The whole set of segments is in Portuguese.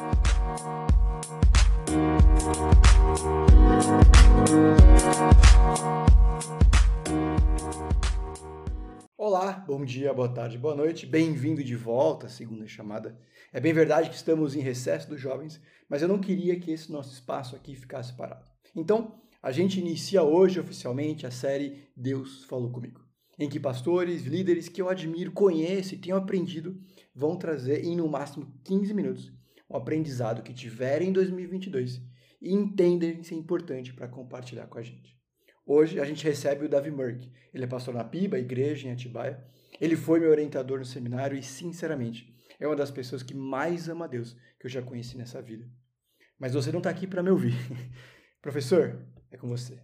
Olá, bom dia, boa tarde, boa noite, bem-vindo de volta à segunda chamada. É bem verdade que estamos em recesso dos jovens, mas eu não queria que esse nosso espaço aqui ficasse parado. Então, a gente inicia hoje oficialmente a série Deus Falou Comigo, em que pastores, líderes que eu admiro, conheço e tenho aprendido vão trazer em no máximo 15 minutos um aprendizado que tiverem em 2022 e entendem se é importante para compartilhar com a gente. Hoje a gente recebe o Davi Murk. Ele é pastor na PIBA, igreja em Atibaia. Ele foi meu orientador no seminário e, sinceramente, é uma das pessoas que mais ama a Deus que eu já conheci nessa vida. Mas você não está aqui para me ouvir. Professor, é com você.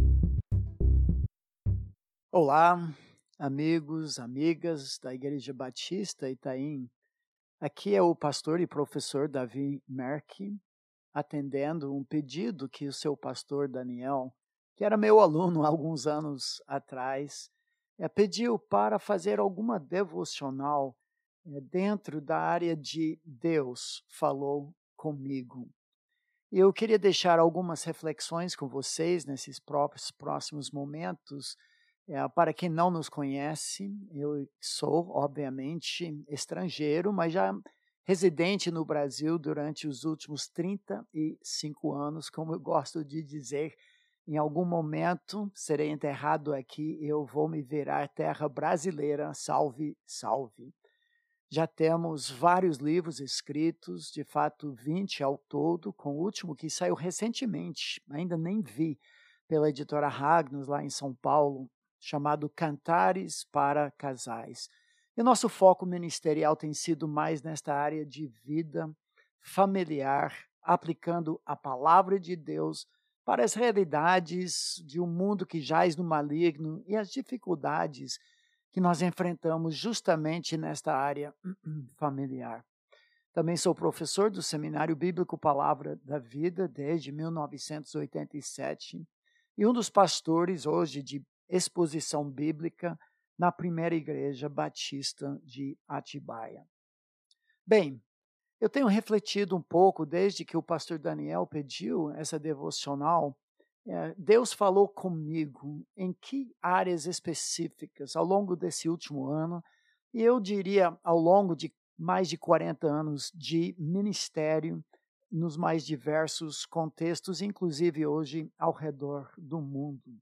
Olá, amigos, amigas da Igreja Batista Itaim. Aqui é o pastor e professor Davi Merck, atendendo um pedido que o seu pastor Daniel, que era meu aluno há alguns anos atrás, pediu para fazer alguma devocional dentro da área de Deus falou comigo. E eu queria deixar algumas reflexões com vocês nesses próximos momentos. Para quem não nos conhece, eu sou, obviamente, estrangeiro, mas já residente no Brasil durante os últimos 35 anos, como eu gosto de dizer. Em algum momento serei enterrado aqui, eu vou me virar terra brasileira, salve, salve. Já temos vários livros escritos, de fato 20 ao todo, com o último que saiu recentemente, ainda nem vi, pela editora Ragnos, lá em São Paulo, chamado Cantares para Casais. E o nosso foco ministerial tem sido mais nesta área de vida familiar, aplicando a palavra de Deus para as realidades de um mundo que jaz no maligno e as dificuldades que nós enfrentamos justamente nesta área familiar. Também sou professor do Seminário Bíblico Palavra da Vida desde 1987 e um dos pastores hoje de exposição bíblica na primeira igreja batista de Atibaia. Bem, eu tenho refletido um pouco desde que o pastor Daniel pediu essa devocional. Deus falou comigo em que áreas específicas ao longo desse último ano, e eu diria ao longo de mais de 40 anos de ministério nos mais diversos contextos, inclusive hoje ao redor do mundo.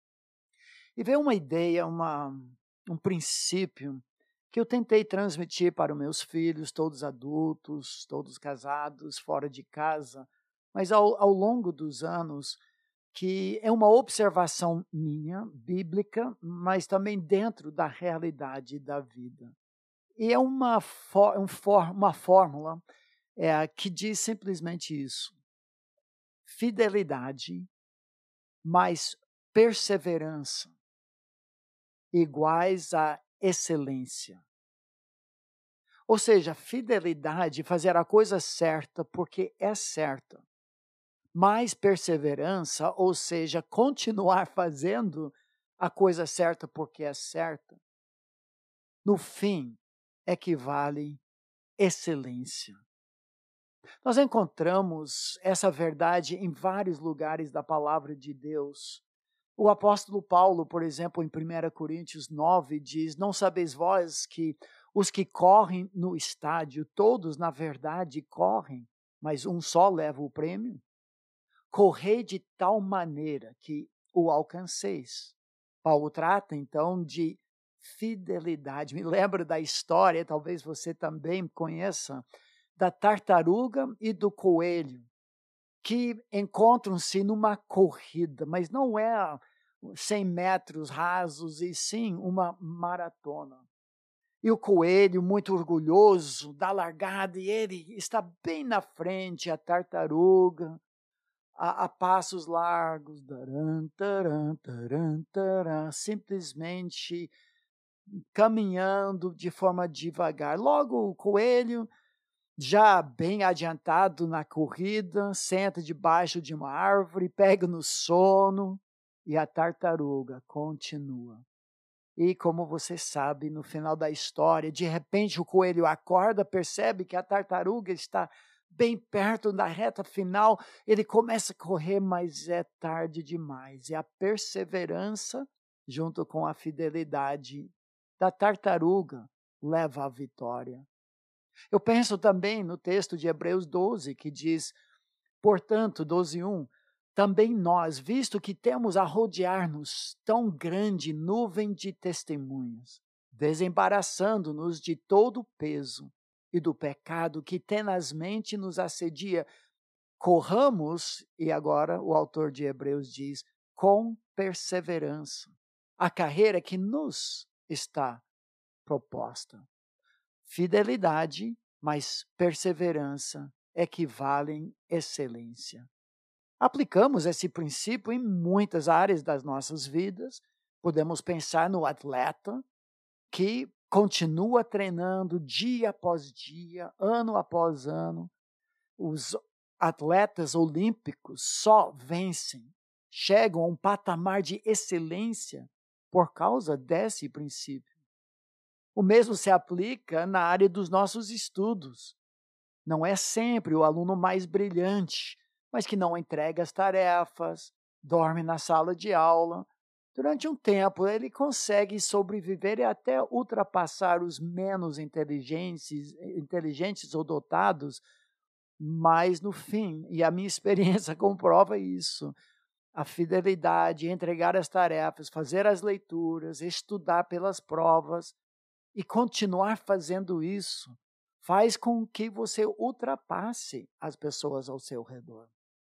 E veio uma ideia, um princípio que eu tentei transmitir para os meus filhos, todos adultos, todos casados, fora de casa, mas ao longo dos anos, que é uma observação minha, bíblica, mas também dentro da realidade da vida. E é uma fórmula que diz simplesmente isso: fidelidade mais perseverança iguais a excelência. Ou seja, fidelidade, fazer a coisa certa porque é certa. Mais perseverança, ou seja, continuar fazendo a coisa certa porque é certa, no fim, equivale excelência. Nós encontramos essa verdade em vários lugares da palavra de Deus. O apóstolo Paulo, por exemplo, em 1 Coríntios 9, diz: não sabeis vós que os que correm no estádio, todos, na verdade, correm, mas um só leva o prêmio? Correi de tal maneira que o alcanceis. Paulo trata, então, de fidelidade. Me lembro da história, talvez você também conheça, da tartaruga e do coelho, que encontram-se numa corrida, mas não é 100 metros rasos, e sim uma maratona. E o coelho, muito orgulhoso, dá largada e ele está bem na frente, a tartaruga, a passos largos, taran, taran, taran, taran, simplesmente caminhando de forma devagar. Logo o coelho, já bem adiantado na corrida, senta debaixo de uma árvore, pega no sono e a tartaruga continua. E como você sabe, no final da história, de repente o coelho acorda, percebe que a tartaruga está bem perto da reta final, ele começa a correr, mas é tarde demais. E a perseverança, junto com a fidelidade da tartaruga, leva à vitória. Eu penso também no texto de Hebreus 12, que diz, portanto, 12:1, também nós, visto que temos a rodear-nos tão grande nuvem de testemunhas, desembaraçando-nos de todo o peso e do pecado que tenazmente nos assedia, corramos, e agora o autor de Hebreus diz, com perseverança, a carreira que nos está proposta. Fidelidade, mas perseverança equivalem excelência. Aplicamos esse princípio em muitas áreas das nossas vidas. Podemos pensar no atleta que continua treinando dia após dia, ano após ano. Os atletas olímpicos só vencem, chegam a um patamar de excelência por causa desse princípio. O mesmo se aplica na área dos nossos estudos. Não é sempre o aluno mais brilhante, mas que não entrega as tarefas, dorme na sala de aula. Durante um tempo, ele consegue sobreviver e até ultrapassar os menos inteligentes ou dotados, mas no fim, e a minha experiência comprova isso, a fidelidade, entregar as tarefas, fazer as leituras, estudar pelas provas e continuar fazendo isso, faz com que você ultrapasse as pessoas ao seu redor.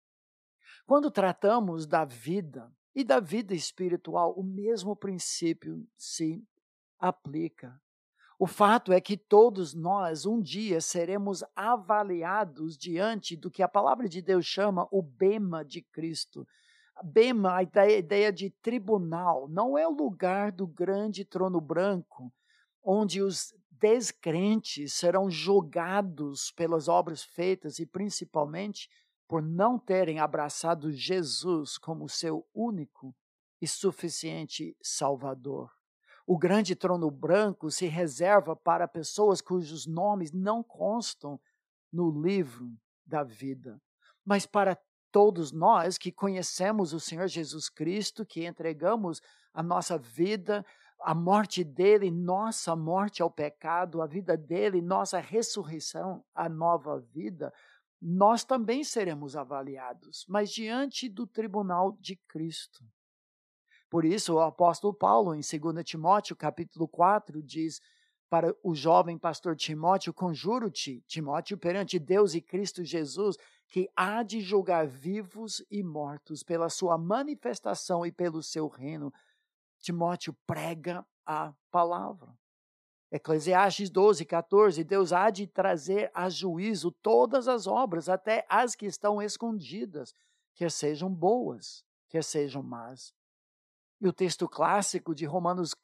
Quando tratamos da vida e da vida espiritual, o mesmo princípio se aplica. O fato é que todos nós, um dia, seremos avaliados diante do que a palavra de Deus chama o bema de Cristo. Bema, a ideia de tribunal, não é o lugar do grande trono branco, onde os descrentes serão julgados pelas obras feitas e principalmente por não terem abraçado Jesus como seu único e suficiente Salvador. O grande trono branco se reserva para pessoas cujos nomes não constam no livro da vida, mas para todos nós que conhecemos o Senhor Jesus Cristo, que entregamos a nossa vida, a morte dele, nossa morte ao pecado, a vida dele, nossa ressurreição, a nova vida, nós também seremos avaliados, mas diante do tribunal de Cristo. Por isso, o apóstolo Paulo, em 2 Timóteo, capítulo 4, diz para o jovem pastor Timóteo, conjuro-te, Timóteo, perante Deus e Cristo Jesus, que há de julgar vivos e mortos pela sua manifestação e pelo seu reino. Timóteo prega a palavra. Eclesiastes 12:14, Deus há de trazer a juízo todas as obras, até as que estão escondidas, quer sejam boas, quer sejam más. E o texto clássico de Romanos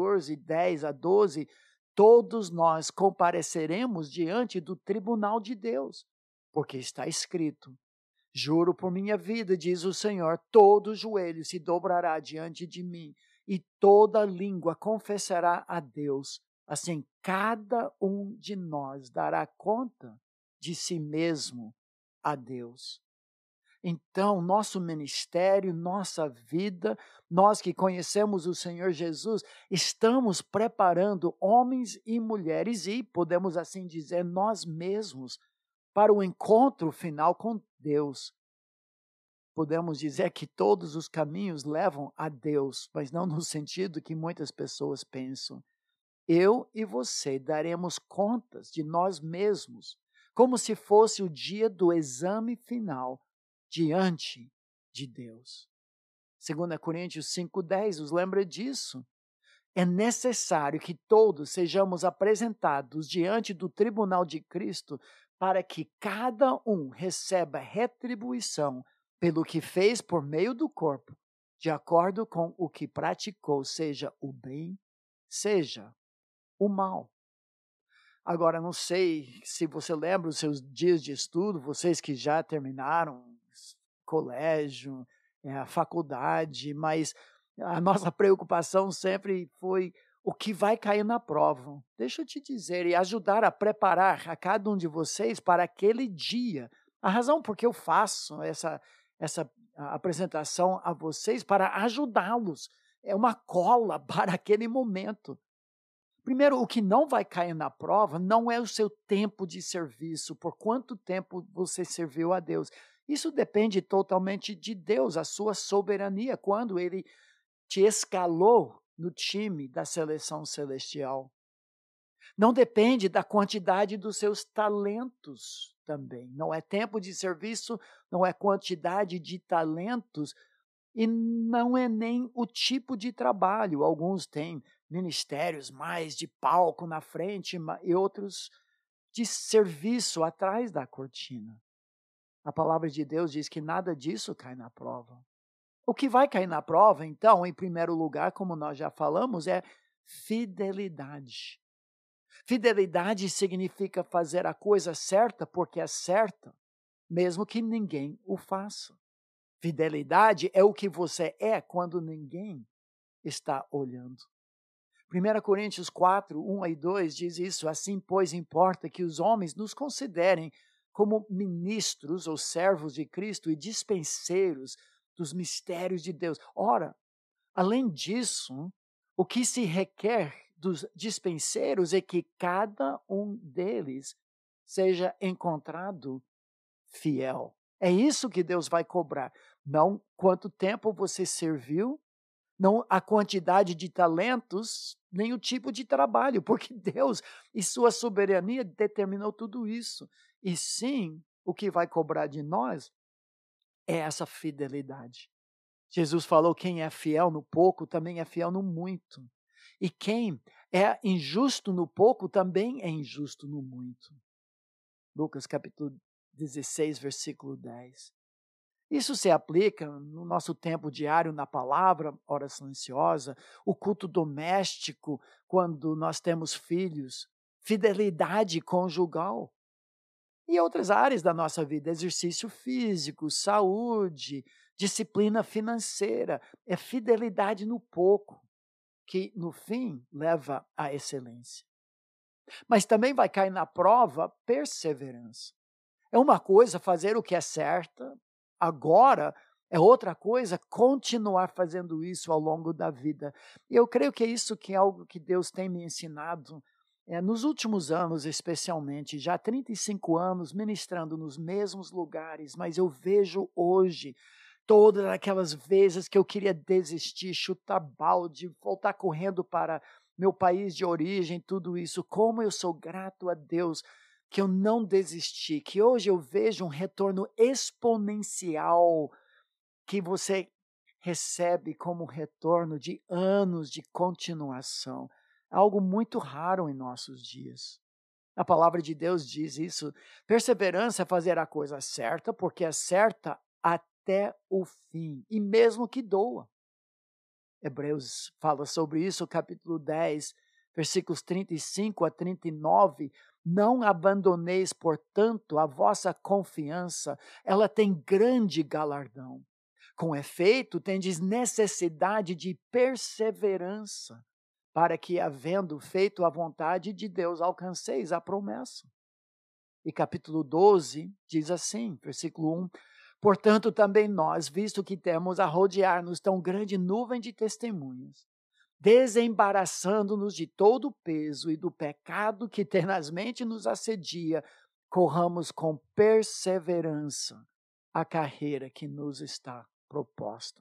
14:10-12, todos nós compareceremos diante do tribunal de Deus, porque está escrito, juro por minha vida, diz o Senhor, todo joelho se dobrará diante de mim e toda língua confessará a Deus. Assim, cada um de nós dará conta de si mesmo a Deus. Então, nosso ministério, nossa vida, nós que conhecemos o Senhor Jesus, estamos preparando homens e mulheres e, podemos assim dizer, nós mesmos, para o encontro final com Deus. Podemos dizer que todos os caminhos levam a Deus, mas não no sentido que muitas pessoas pensam. Eu e você daremos contas de nós mesmos, como se fosse o dia do exame final diante de Deus. 2 Coríntios 5:10 nos lembra disso. É necessário que todos sejamos apresentados diante do tribunal de Cristo para que cada um receba retribuição pelo que fez por meio do corpo, de acordo com o que praticou, seja o bem, seja o mal. Agora, não sei se você lembra os seus dias de estudo, vocês que já terminaram colégio, a faculdade, mas a nossa preocupação sempre foi o que vai cair na prova. Deixa eu te dizer, e ajudar a preparar a cada um de vocês para aquele dia. A razão por que eu faço essa apresentação a vocês para ajudá-los. É uma cola para aquele momento. Primeiro, o que não vai cair na prova não é o seu tempo de serviço, por quanto tempo você serviu a Deus. Isso depende totalmente de Deus, a sua soberania, quando Ele te escalou no time da seleção celestial. Não depende da quantidade dos seus talentos também. Não é tempo de serviço, não é quantidade de talentos e não é nem o tipo de trabalho. Alguns têm ministérios mais de palco na frente e outros de serviço atrás da cortina. A palavra de Deus diz que nada disso cai na prova. O que vai cair na prova, então, em primeiro lugar, como nós já falamos, é fidelidade. Fidelidade significa fazer a coisa certa porque é certa, mesmo que ninguém o faça. Fidelidade é o que você é quando ninguém está olhando. 1 Coríntios 4, 1 e 2 diz isso: assim, pois, importa que os homens nos considerem como ministros ou servos de Cristo e dispenseiros dos mistérios de Deus. Ora, além disso, o que se requer dos dispenseiros é que cada um deles seja encontrado fiel. É isso que Deus vai cobrar. Não quanto tempo você serviu, não a quantidade de talentos, nem o tipo de trabalho, porque Deus e sua soberania determinou tudo isso. E sim, o que vai cobrar de nós é essa fidelidade. Jesus falou: quem é fiel no pouco também é fiel no muito. E quem é injusto no pouco também é injusto no muito. Lucas capítulo 16, versículo 10. Isso se aplica no nosso tempo diário na palavra, hora silenciosa, o culto doméstico, quando nós temos filhos, fidelidade conjugal. E outras áreas da nossa vida, exercício físico, saúde, disciplina financeira, é fidelidade no pouco, que no fim leva à excelência. Mas também vai cair na prova perseverança. É uma coisa fazer o que é certo, agora é outra coisa continuar fazendo isso ao longo da vida. E eu creio que é isso que é algo que Deus tem me ensinado nos últimos anos, especialmente, já há 35 anos ministrando nos mesmos lugares, mas eu vejo hoje todas aquelas vezes que eu queria desistir, chutar balde, voltar correndo para meu país de origem, tudo isso, como eu sou grato a Deus que eu não desisti, que hoje eu vejo um retorno exponencial que você recebe como retorno de anos de continuação. Algo muito raro em nossos dias. A palavra de Deus diz isso. Perseverança é fazer a coisa certa, porque é certa até o fim, e mesmo que doa. Hebreus fala sobre isso, capítulo 10, versículos 35 a 39. Não abandoneis, portanto, a vossa confiança, ela tem grande galardão. Com efeito, tendes necessidade de perseverança, para que, havendo feito a vontade de Deus, alcanceis a promessa. E capítulo 12 diz assim, versículo 1, portanto também nós, visto que temos a rodear-nos tão grande nuvem de testemunhas, desembaraçando-nos de todo o peso e do pecado que tenazmente nos assedia, corramos com perseverança a carreira que nos está proposta.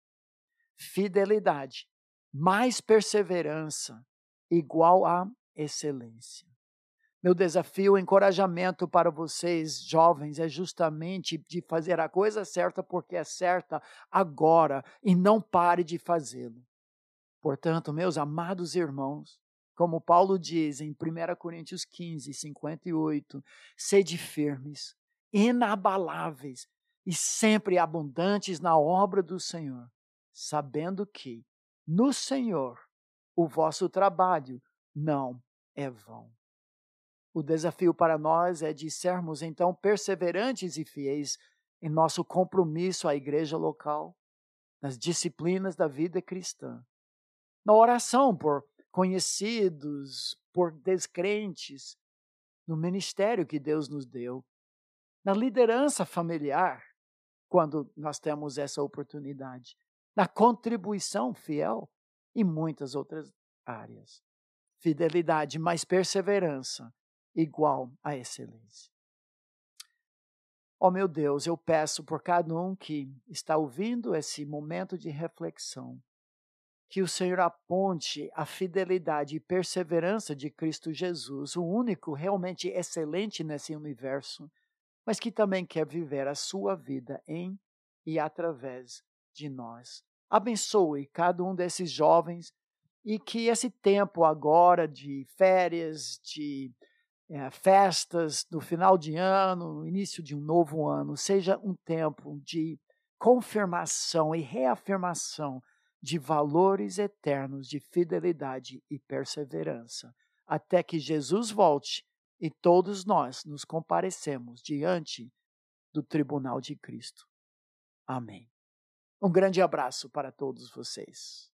Fidelidade mais perseverança igual a excelência. Meu desafio, o encorajamento para vocês, jovens, é justamente de fazer a coisa certa porque é certa agora e não pare de fazê-lo. Portanto, meus amados irmãos, como Paulo diz em 1 Coríntios 15, 58, sede firmes, inabaláveis e sempre abundantes na obra do Senhor, sabendo que no Senhor o vosso trabalho não é vão. O desafio para nós é de sermos, então, perseverantes e fiéis em nosso compromisso à igreja local, nas disciplinas da vida cristã, na oração por conhecidos, por descrentes, no ministério que Deus nos deu, na liderança familiar, quando nós temos essa oportunidade, na contribuição fiel e muitas outras áreas. Fidelidade mais perseverança igual a excelência. Ó meu Deus, eu peço por cada um que está ouvindo esse momento de reflexão, que o Senhor aponte a fidelidade e perseverança de Cristo Jesus, o único realmente excelente nesse universo, mas que também quer viver a sua vida em e através de nós. Abençoe cada um desses jovens e que esse tempo agora de férias, de festas do final de ano, início de um novo ano, seja um tempo de confirmação e reafirmação de valores eternos de fidelidade e perseverança, até que Jesus volte e todos nós nos comparecemos diante do tribunal de Cristo. Amém. Um grande abraço para todos vocês.